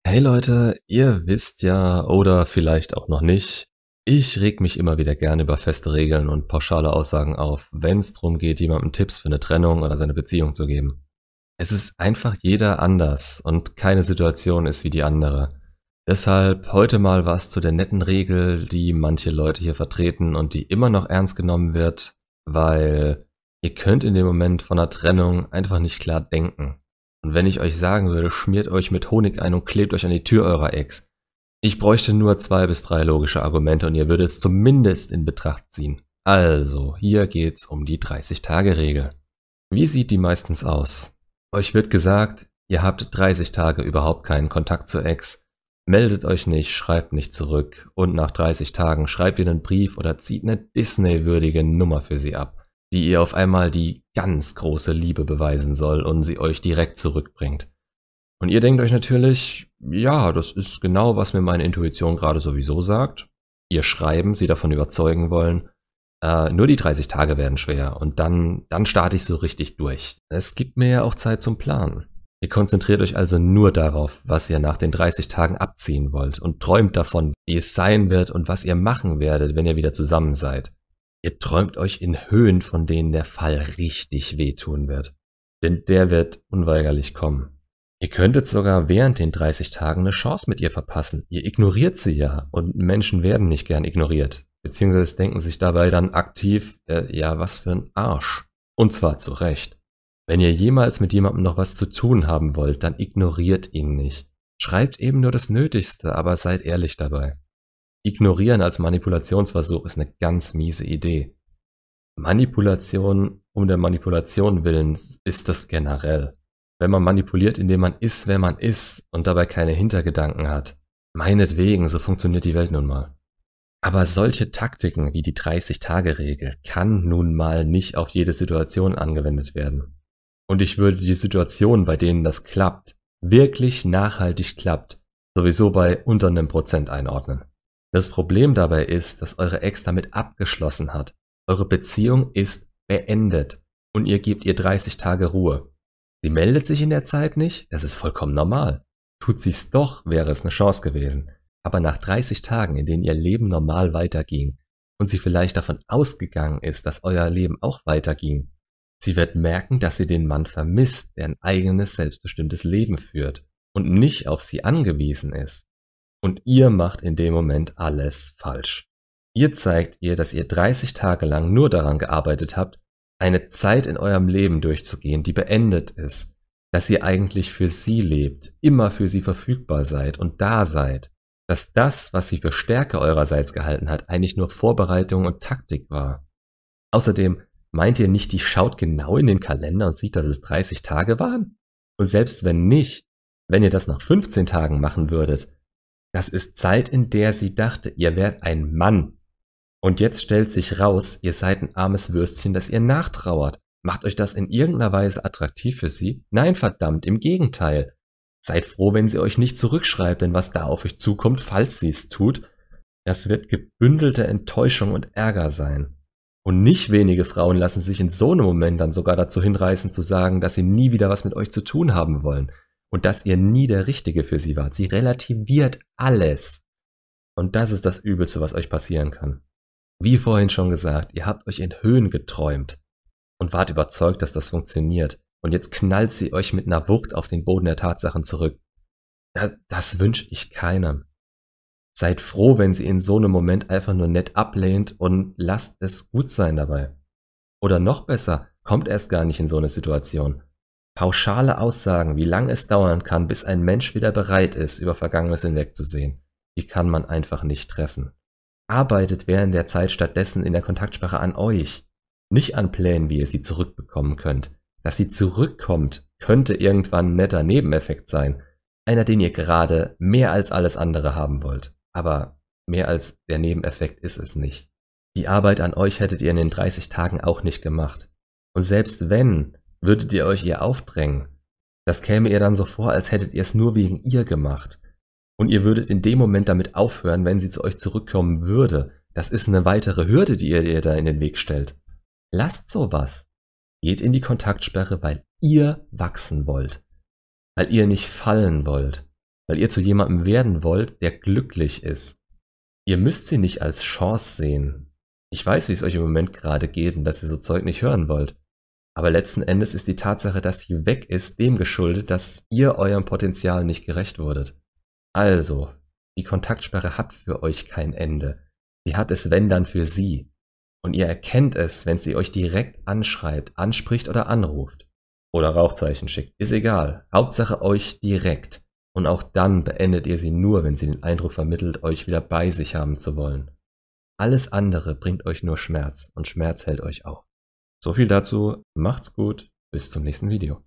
Hey Leute, ihr wisst ja oder vielleicht auch noch nicht, ich reg mich immer wieder gerne über feste Regeln und pauschale Aussagen auf, wenn es darum geht, jemandem Tipps für eine Trennung oder seine Beziehung zu geben. Es ist einfach jeder anders und keine Situation ist wie die andere. Deshalb heute mal was zu der netten Regel, die manche Leute hier vertreten und die immer noch ernst genommen wird, weil ihr könnt in dem Moment von einer Trennung einfach nicht klar denken. Und wenn ich euch sagen würde, schmiert euch mit Honig ein und klebt euch an die Tür eurer Ex. Ich bräuchte nur 2 bis 3 logische Argumente und ihr würdet es zumindest in Betracht ziehen. Also, hier geht's um die 30-Tage-Regel. Wie sieht die meistens aus? Euch wird gesagt, ihr habt 30 Tage überhaupt keinen Kontakt zur Ex, meldet euch nicht, schreibt nicht zurück und nach 30 Tagen schreibt ihr einen Brief oder zieht eine Disney-würdige Nummer für sie ab, die ihr auf einmal die ganz große Liebe beweisen soll und sie euch direkt zurückbringt. Und ihr denkt euch natürlich, ja, das ist genau, was mir meine Intuition gerade sowieso sagt. Ihr Schreiben, sie davon überzeugen wollen. Nur die 30 Tage werden schwer und dann starte ich so richtig durch. Es gibt mir ja auch Zeit zum Planen. Ihr konzentriert euch also nur darauf, was ihr nach den 30 Tagen abziehen wollt und träumt davon, wie es sein wird und was ihr machen werdet, wenn ihr wieder zusammen seid. Ihr träumt euch in Höhen, von denen der Fall richtig wehtun wird. Denn der wird unweigerlich kommen. Ihr könntet sogar während den 30 Tagen eine Chance mit ihr verpassen. Ihr ignoriert sie ja und Menschen werden nicht gern ignoriert. Beziehungsweise denken sich dabei dann aktiv, ja, was für ein Arsch. Und zwar zu Recht. Wenn ihr jemals mit jemandem noch was zu tun haben wollt, dann ignoriert ihn nicht. Schreibt eben nur das Nötigste, aber seid ehrlich dabei. Ignorieren als Manipulationsversuch ist eine ganz miese Idee. Manipulation um der Manipulation willen ist das generell. Wenn man manipuliert, indem man ist, wer man ist und dabei keine Hintergedanken hat. Meinetwegen, so funktioniert die Welt nun mal. Aber solche Taktiken wie die 30-Tage-Regel kann nun mal nicht auf jede Situation angewendet werden. Und ich würde die Situationen, bei denen das klappt, wirklich nachhaltig klappt, sowieso bei unter einem Prozent einordnen. Das Problem dabei ist, dass eure Ex damit abgeschlossen hat. Eure Beziehung ist beendet und ihr gebt ihr 30 Tage Ruhe. Sie meldet sich in der Zeit nicht, das ist vollkommen normal. Tut sie's doch, wäre es eine Chance gewesen. Aber nach 30 Tagen, in denen ihr Leben normal weiterging und sie vielleicht davon ausgegangen ist, dass euer Leben auch weiterging, sie wird merken, dass sie den Mann vermisst, der ein eigenes, selbstbestimmtes Leben führt und nicht auf sie angewiesen ist. Und ihr macht in dem Moment alles falsch. Ihr zeigt ihr, dass ihr 30 Tage lang nur daran gearbeitet habt, eine Zeit in eurem Leben durchzugehen, die beendet ist, dass ihr eigentlich für sie lebt, immer für sie verfügbar seid und da seid, dass das, was sie für Stärke eurerseits gehalten hat, eigentlich nur Vorbereitung und Taktik war. Außerdem meint ihr nicht, die schaut genau in den Kalender und sieht, dass es 30 Tage waren? Und selbst wenn nicht, wenn ihr das nach 15 Tagen machen würdet, das ist Zeit, in der sie dachte, ihr wärt ein Mann. Und jetzt stellt sich raus, ihr seid ein armes Würstchen, das ihr nachtrauert. Macht euch das in irgendeiner Weise attraktiv für sie? Nein, verdammt, im Gegenteil. Seid froh, wenn sie euch nicht zurückschreibt, denn was da auf euch zukommt, falls sie es tut, das wird gebündelte Enttäuschung und Ärger sein. Und nicht wenige Frauen lassen sich in so einem Moment dann sogar dazu hinreißen zu sagen, dass sie nie wieder was mit euch zu tun haben wollen und dass ihr nie der Richtige für sie wart. Sie relativiert alles. Und das ist das Übelste, was euch passieren kann. Wie vorhin schon gesagt, ihr habt euch in Höhen geträumt und wart überzeugt, dass das funktioniert. Und jetzt knallt sie euch mit einer Wucht auf den Boden der Tatsachen zurück. Das wünsche ich keinem. Seid froh, wenn sie in so einem Moment einfach nur nett ablehnt und lasst es gut sein dabei. Oder noch besser, kommt erst gar nicht in so eine Situation. Pauschale Aussagen, wie lange es dauern kann, bis ein Mensch wieder bereit ist, über Vergangenes hinwegzusehen, die kann man einfach nicht treffen. Arbeitet während der Zeit stattdessen in der Kontaktsprache an euch, nicht an Plänen, wie ihr sie zurückbekommen könnt. Dass sie zurückkommt, könnte irgendwann ein netter Nebeneffekt sein, einer, den ihr gerade mehr als alles andere haben wollt. Aber mehr als der Nebeneffekt ist es nicht. Die Arbeit an euch hättet ihr in den 30 Tagen auch nicht gemacht. Und selbst wenn, würdet ihr euch ihr aufdrängen. Das käme ihr dann so vor, als hättet ihr es nur wegen ihr gemacht. Und ihr würdet in dem Moment damit aufhören, wenn sie zu euch zurückkommen würde. Das ist eine weitere Hürde, die ihr da in den Weg stellt. Lasst sowas. Geht in die Kontaktsperre, weil ihr wachsen wollt. Weil ihr nicht fallen wollt. weil ihr zu jemandem werden wollt, der glücklich ist. Ihr müsst sie nicht als Chance sehen. Ich weiß, wie es euch im Moment gerade geht und dass ihr so Zeug nicht hören wollt. Aber letzten Endes ist die Tatsache, dass sie weg ist, dem geschuldet, dass ihr eurem Potenzial nicht gerecht wurdet. Also, die Kontaktsperre hat für euch kein Ende. Sie hat es, wenn dann, für sie. Und ihr erkennt es, wenn sie euch direkt anschreibt, anspricht oder anruft. Oder Rauchzeichen schickt. Ist egal. Hauptsache euch direkt. Und auch dann beendet ihr sie nur, wenn sie den Eindruck vermittelt, euch wieder bei sich haben zu wollen. Alles andere bringt euch nur Schmerz und Schmerz hält euch auf. So viel dazu. Macht's gut. Bis zum nächsten Video.